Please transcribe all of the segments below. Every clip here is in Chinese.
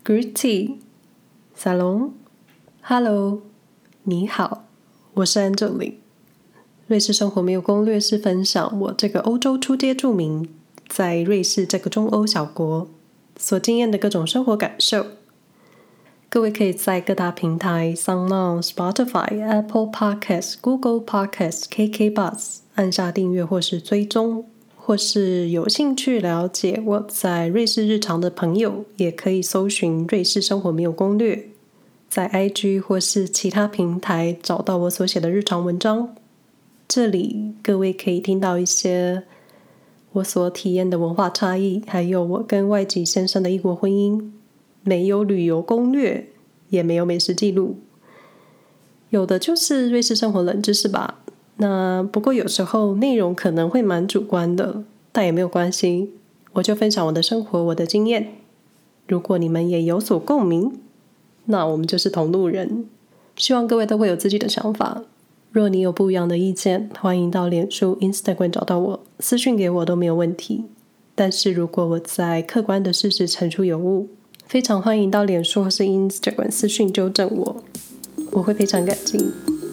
Grüezi Salon Hello 你好，我是安正林。瑞士生活没有攻略是分享我这个欧洲初阶住民在瑞士这个中欧小国所经验的各种生活感受。各位可以在各大平台 SoundOn、Spotify、Apple Podcasts、Google Podcasts、KKBus 按下订阅或是追踪，或是有兴趣了解我在瑞士日常的朋友，也可以搜寻瑞士生活没有攻略，在 IG 或是其他平台找到我所写的日常文章。这里各位可以听到一些我所体验的文化差异，还有我跟外籍先生的异国婚姻。没有旅游攻略，也没有美食记录，有的就是瑞士生活冷知识吧。那不过有时候内容可能会蛮主观的，但也没有关系，我就分享我的生活，我的经验。如果你们也有所共鸣，那我们就是同路人。希望各位都会有自己的想法。若你有不一样的意见，欢迎到脸书、Instagram 找到我，私讯给我都没有问题。但是如果我在客观的事实陈述有误，非常欢迎到脸书或是 Instagram 私讯纠正我，我会非常感激。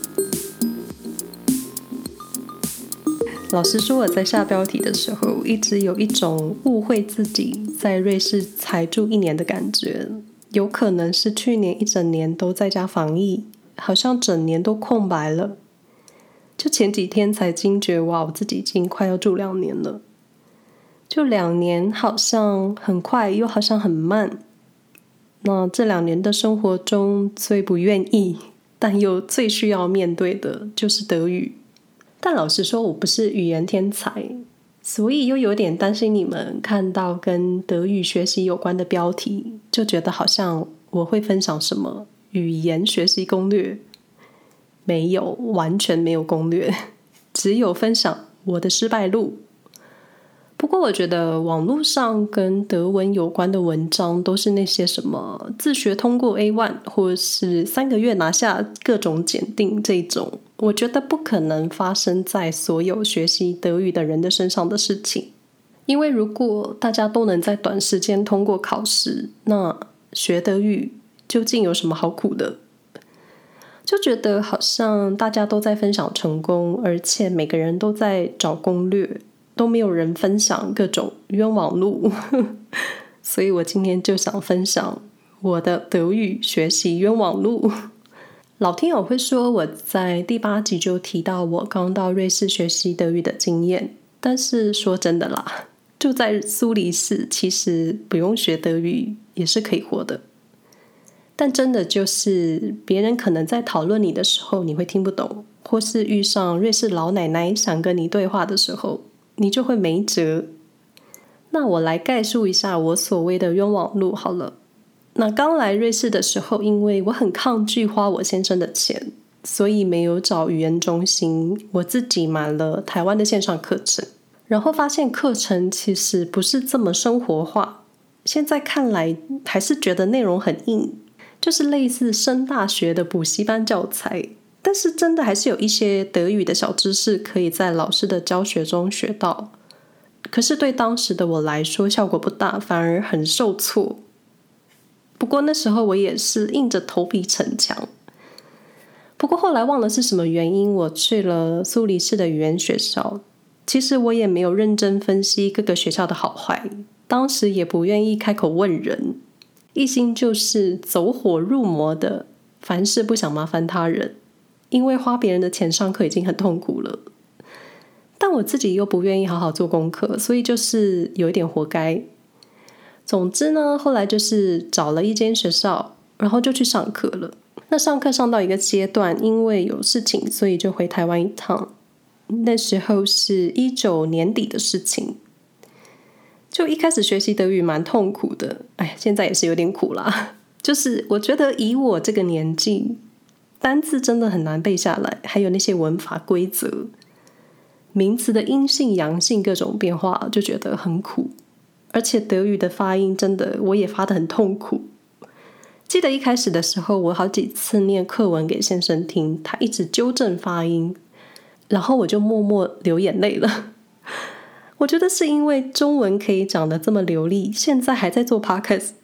老实说，我在下标题的时候一直有一种误会自己在瑞士才住1年的感觉，有可能是去年一整年都在家防疫，好像整年都空白了。就前几天才惊觉，哇，我自己已经快要住2年了。就2年好像很快，又好像很慢。那这2年的生活中最不愿意但又最需要面对的就是德语。但老实说，我不是语言天才，所以又有点担心你们看到跟德语学习有关的标题，就觉得好像我会分享什么语言学习攻略。没有，完全没有攻略，只有分享我的失败路。不过我觉得网络上跟德文有关的文章都是那些什么自学通过 A1 或是3个月拿下各种检定这种，我觉得不可能发生在所有学习德语的人的身上的事情。因为如果大家都能在短时间通过考试，那学德语究竟有什么好苦的？就觉得好像大家都在分享成功，而且每个人都在找攻略，都没有人分享各种冤枉路。所以我今天就想分享我的德语学习冤枉路。老听友会说我在第8集就提到我刚到瑞士学习德语的经验，但是说真的啦，住在苏黎世其实不用学德语也是可以活的。但真的就是别人可能在讨论你的时候你会听不懂，或是遇上瑞士老奶奶想跟你对话的时候，你就会没辙。那我来概述一下我所谓的冤枉路好了。那刚来瑞士的时候，因为我很抗拒花我先生的钱，所以没有找语言中心，我自己买了台湾的线上课程，然后发现课程其实不是这么生活化，现在看来还是觉得内容很硬，就是类似升大学的补习班教材，但是真的还是有一些德语的小知识可以在老师的教学中学到，可是对当时的我来说效果不大，反而很受挫。不过那时候我也是硬着头皮逞强。不过后来忘了是什么原因，我去了苏黎世的语言学校，其实我也没有认真分析各个学校的好坏，当时也不愿意开口问人，一心就是走火入魔的，凡事不想麻烦他人，因为花别人的钱上课已经很痛苦了。但我自己又不愿意好好做功课，所以就是有一点活该。总之呢，后来就是找了一间学校，然后就去上课了。那上课上到一个阶段，因为有事情，所以就回台湾一趟。那时候是19年底的事情。就一开始学习德语蛮痛苦的，现在也是有点苦啦。就是我觉得以我这个年纪，单字真的很难背下来，还有那些文法规则，名词的阴性阳性各种变化，就觉得很苦。而且德语的发音真的我也发得很痛苦。记得一开始的时候，我好几次念课文给先生听，他一直纠正发音，然后我就默默流眼泪了。我觉得是因为中文可以讲得这么流利，现在还在做 podcast，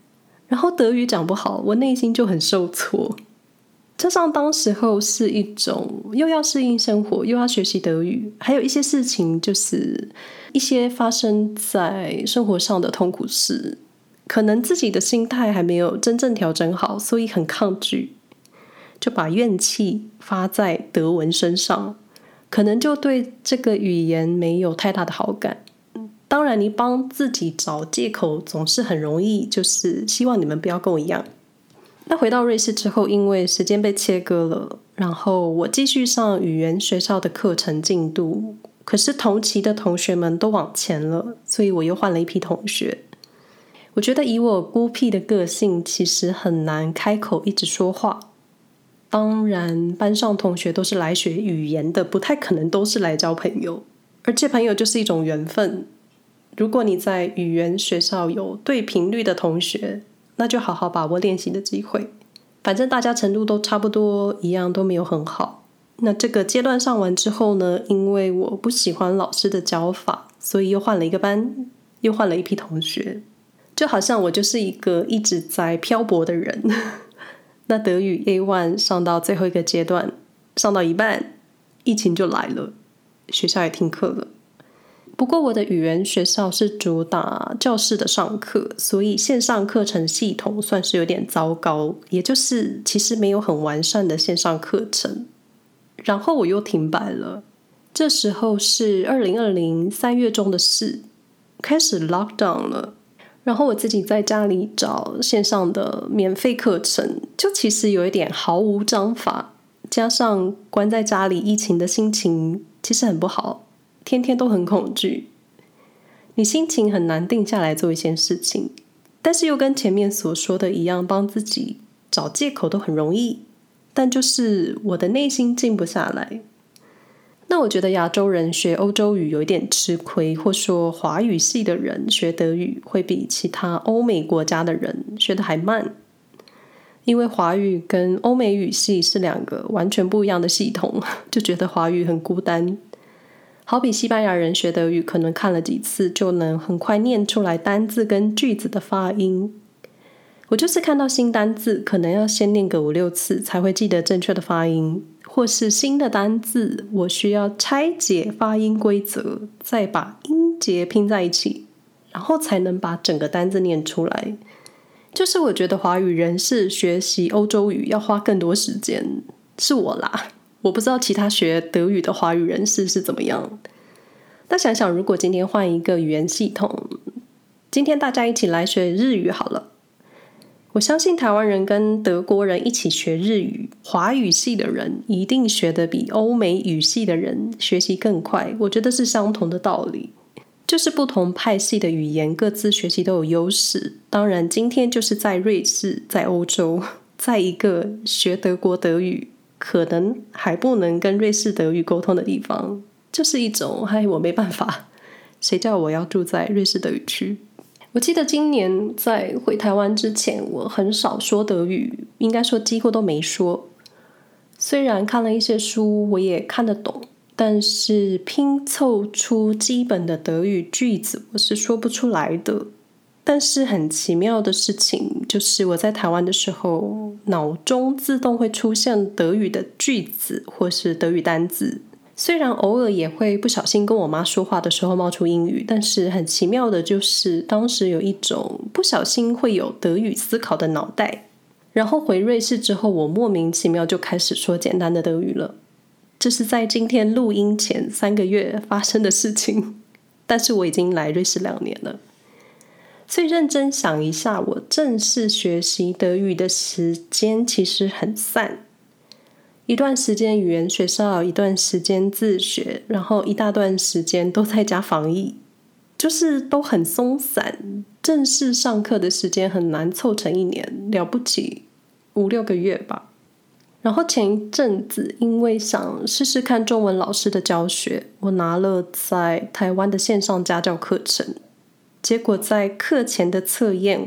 然后德语讲不好，我内心就很受挫。加上当时候是一种又要适应生活，又要学习德语，还有一些事情就是一些发生在生活上的痛苦事，可能自己的心态还没有真正调整好，所以很抗拒，就把怨气发在德文身上，可能就对这个语言没有太大的好感。当然你帮自己找借口总是很容易，就是希望你们不要跟我一样。那回到瑞士之后，因为时间被切割了，然后我继续上语言学校的课程进度，可是同期的同学们都往前了，所以我又换了一批同学。我觉得以我孤僻的个性，其实很难开口一直说话。当然班上同学都是来学语言的，不太可能都是来交朋友，而且朋友就是一种缘分。如果你在语言学校有对频率的同学，那就好好把握练习的机会。反正大家程度都差不多一样，都没有很好。那这个阶段上完之后呢，因为我不喜欢老师的教法，所以又换了一个班，又换了一批同学。就好像我就是一个一直在漂泊的人。那德语 A1 上到最后一个阶段，上到一半，疫情就来了，学校也停课了。不过我的语言学校是主打教室的上课，所以线上课程系统算是有点糟糕，也就是其实没有很完善的线上课程。然后我又停摆了，这时候是2020 3月中的事，开始 lockdown 了。然后我自己在家里找线上的免费课程，就其实有一点毫无章法，加上关在家里疫情的心情其实很不好，天天都很恐惧，你心情很难定下来做一件事情，但是又跟前面所说的一样，帮自己找借口都很容易，但就是我的内心静不下来。那我觉得亚洲人学欧洲语有一点吃亏，或说华语系的人学德语会比其他欧美国家的人学得还慢，因为华语跟欧美语系是两个完全不一样的系统，就觉得华语很孤单。好比西班牙人学德语，可能看了几次就能很快念出来单字跟句子的发音。我就是看到新单字，可能要先念个5、6次才会记得正确的发音，或是新的单字，我需要拆解发音规则，再把音节拼在一起，然后才能把整个单字念出来。就是我觉得华语人士学习欧洲语要花更多时间，是我啦。我不知道其他学德语的华语人士是怎么样。那想想如果今天换一个语言系统，今天大家一起来学日语好了。我相信台湾人跟德国人一起学日语，华语系的人一定学得比欧美语系的人学习更快，我觉得是相同的道理。就是不同派系的语言各自学习都有优势，当然今天就是在瑞士，在欧洲，在一个学德国德语可能还不能跟瑞士德语沟通的地方，就是一种我没办法，谁叫我要住在瑞士德语区。我记得今年在回台湾之前，我很少说德语，应该说几乎都没说。虽然看了一些书，我也看得懂，但是拼凑出基本的德语句子，我是说不出来的。但是很奇妙的事情，就是我在台湾的时候，脑中自动会出现德语的句子或是德语单字。虽然偶尔也会不小心跟我妈说话的时候冒出英语，但是很奇妙的就是当时有一种不小心会有德语思考的脑袋。然后回瑞士之后，我莫名其妙就开始说简单的德语了。这是在今天录音前3个月发生的事情，但是我已经来瑞士2年了。所以认真想一下，我正式学习德语的时间其实很散，一段时间语言学校，一段时间自学，然后一大段时间都在家防疫，就是都很松散。正式上课的时间很难凑成1年，了不起5、6个月吧。然后前一阵子因为想试试看中文老师的教学，我拿了在台湾的线上家教课程，结果在课前的测验，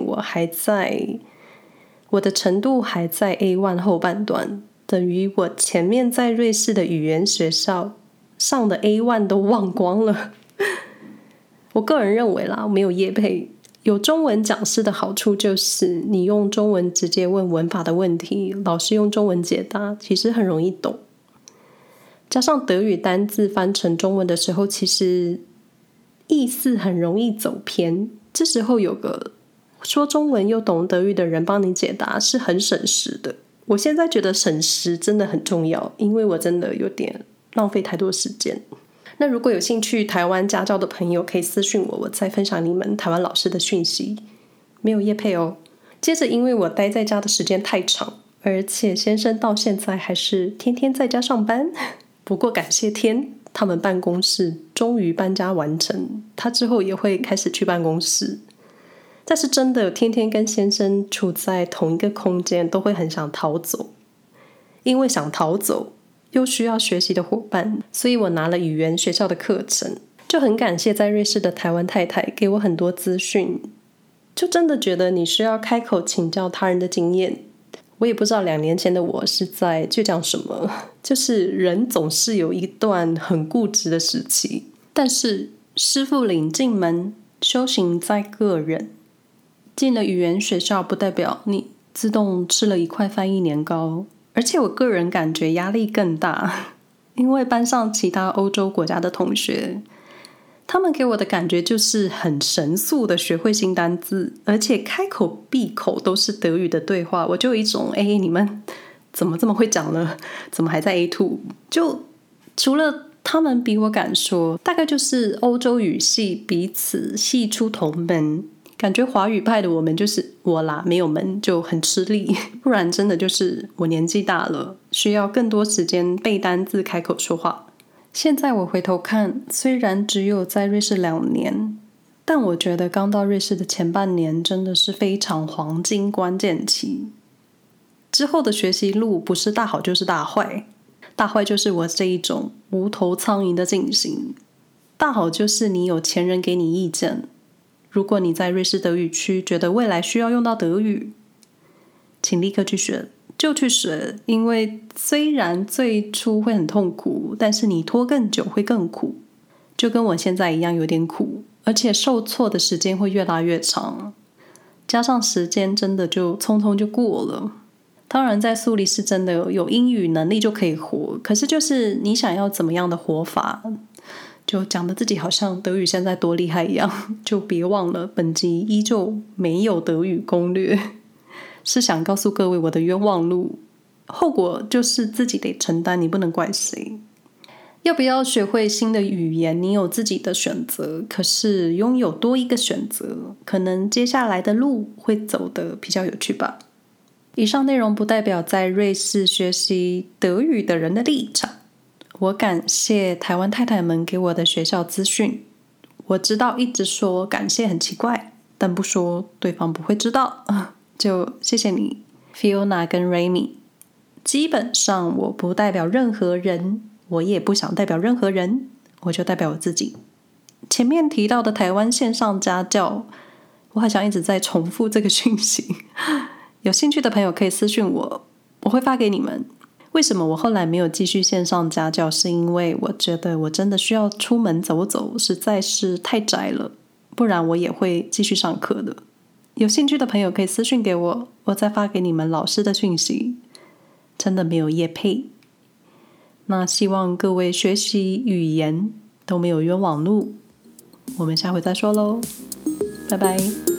我的程度还在 A1 后半段，等于我前面在瑞士的语言学校上的 A1 都忘光了。我个人认为啦，我没有业配， 有中文讲师的好处就是你用中文直接问文法的问题，老师用中文解答，其实很容易懂。加上德语单字翻成中文的时候，其实意思很容易走偏，这时候有个说中文又懂德语的人帮你解答是很省时的。我现在觉得省时真的很重要，因为我真的有点浪费太多时间。那如果有兴趣台湾家教的朋友可以私讯我，我再分享你们台湾老师的讯息，没有业配哦。接着因为我待在家的时间太长，而且先生到现在还是天天在家上班，不过感谢天，他们办公室终于搬家完成，他之后也会开始去办公室。但是真的天天跟先生处在同一个空间，都会很想逃走，因为想逃走又需要学习的伙伴，所以我拿了语言学校的课程。就很感谢在瑞士的台湾太太给我很多资讯，就真的觉得你需要开口请教他人的经验。我也不知道2年前的我是在倔强什么，就是人总是有一段很固执的时期，但是师父领进门，修行在个人。进了语言学校不代表你自动吃了1块翻译年糕，而且我个人感觉压力更大，因为班上其他欧洲国家的同学，他们给我的感觉就是很神速的学会新单字，而且开口闭口都是德语的对话，我就有一种你们怎么这么会讲呢？怎么还在 A2？ 就除了他们比我敢说，大概就是欧洲语系彼此系出同门，感觉华语派的我们就是我啦，没有门就很吃力，不然真的就是我年纪大了，需要更多时间背单字开口说话。现在我回头看，虽然只有在瑞士2年，但我觉得刚到瑞士的前半年真的是非常黄金关键期。之后的学习路不是大好就是大坏，大坏就是我这一种无头苍蝇的进行，大好就是你有前人给你意见。如果你在瑞士德语区觉得未来需要用到德语，请立刻去学，就去学，因为虽然最初会很痛苦，但是你拖更久会更苦，就跟我现在一样有点苦，而且受挫的时间会越拉越长，加上时间真的就匆匆就过了。当然在苏黎世真的有英语能力就可以活，可是就是你想要怎么样的活法，就讲的自己好像德语现在多厉害一样，就别忘了本集依旧没有德语攻略，是想告诉各位我的冤枉路，后果就是自己得承担，你不能怪谁。要不要学会新的语言，你有自己的选择，可是拥有多一个选择，可能接下来的路会走得比较有趣吧。以上内容不代表在瑞士学习德语的人的立场，我感谢台湾太太们给我的学校资讯。我知道一直说感谢很奇怪，但不说对方不会知道，就谢谢你 Fiona 跟 Remy。 基本上我不代表任何人，我也不想代表任何人，我就代表我自己。前面提到的台湾线上家教，我好像一直在重复这个讯息，有兴趣的朋友可以私讯我，我会发给你们。为什么我后来没有继续线上家教，是因为我觉得我真的需要出门走走，实在是太宅了，不然我也会继续上课的。有兴趣的朋友可以私讯给我，我再发给你们老师的讯息，真的没有业配。那希望各位学习语言都没有冤枉路，我们下回再说咯，拜拜。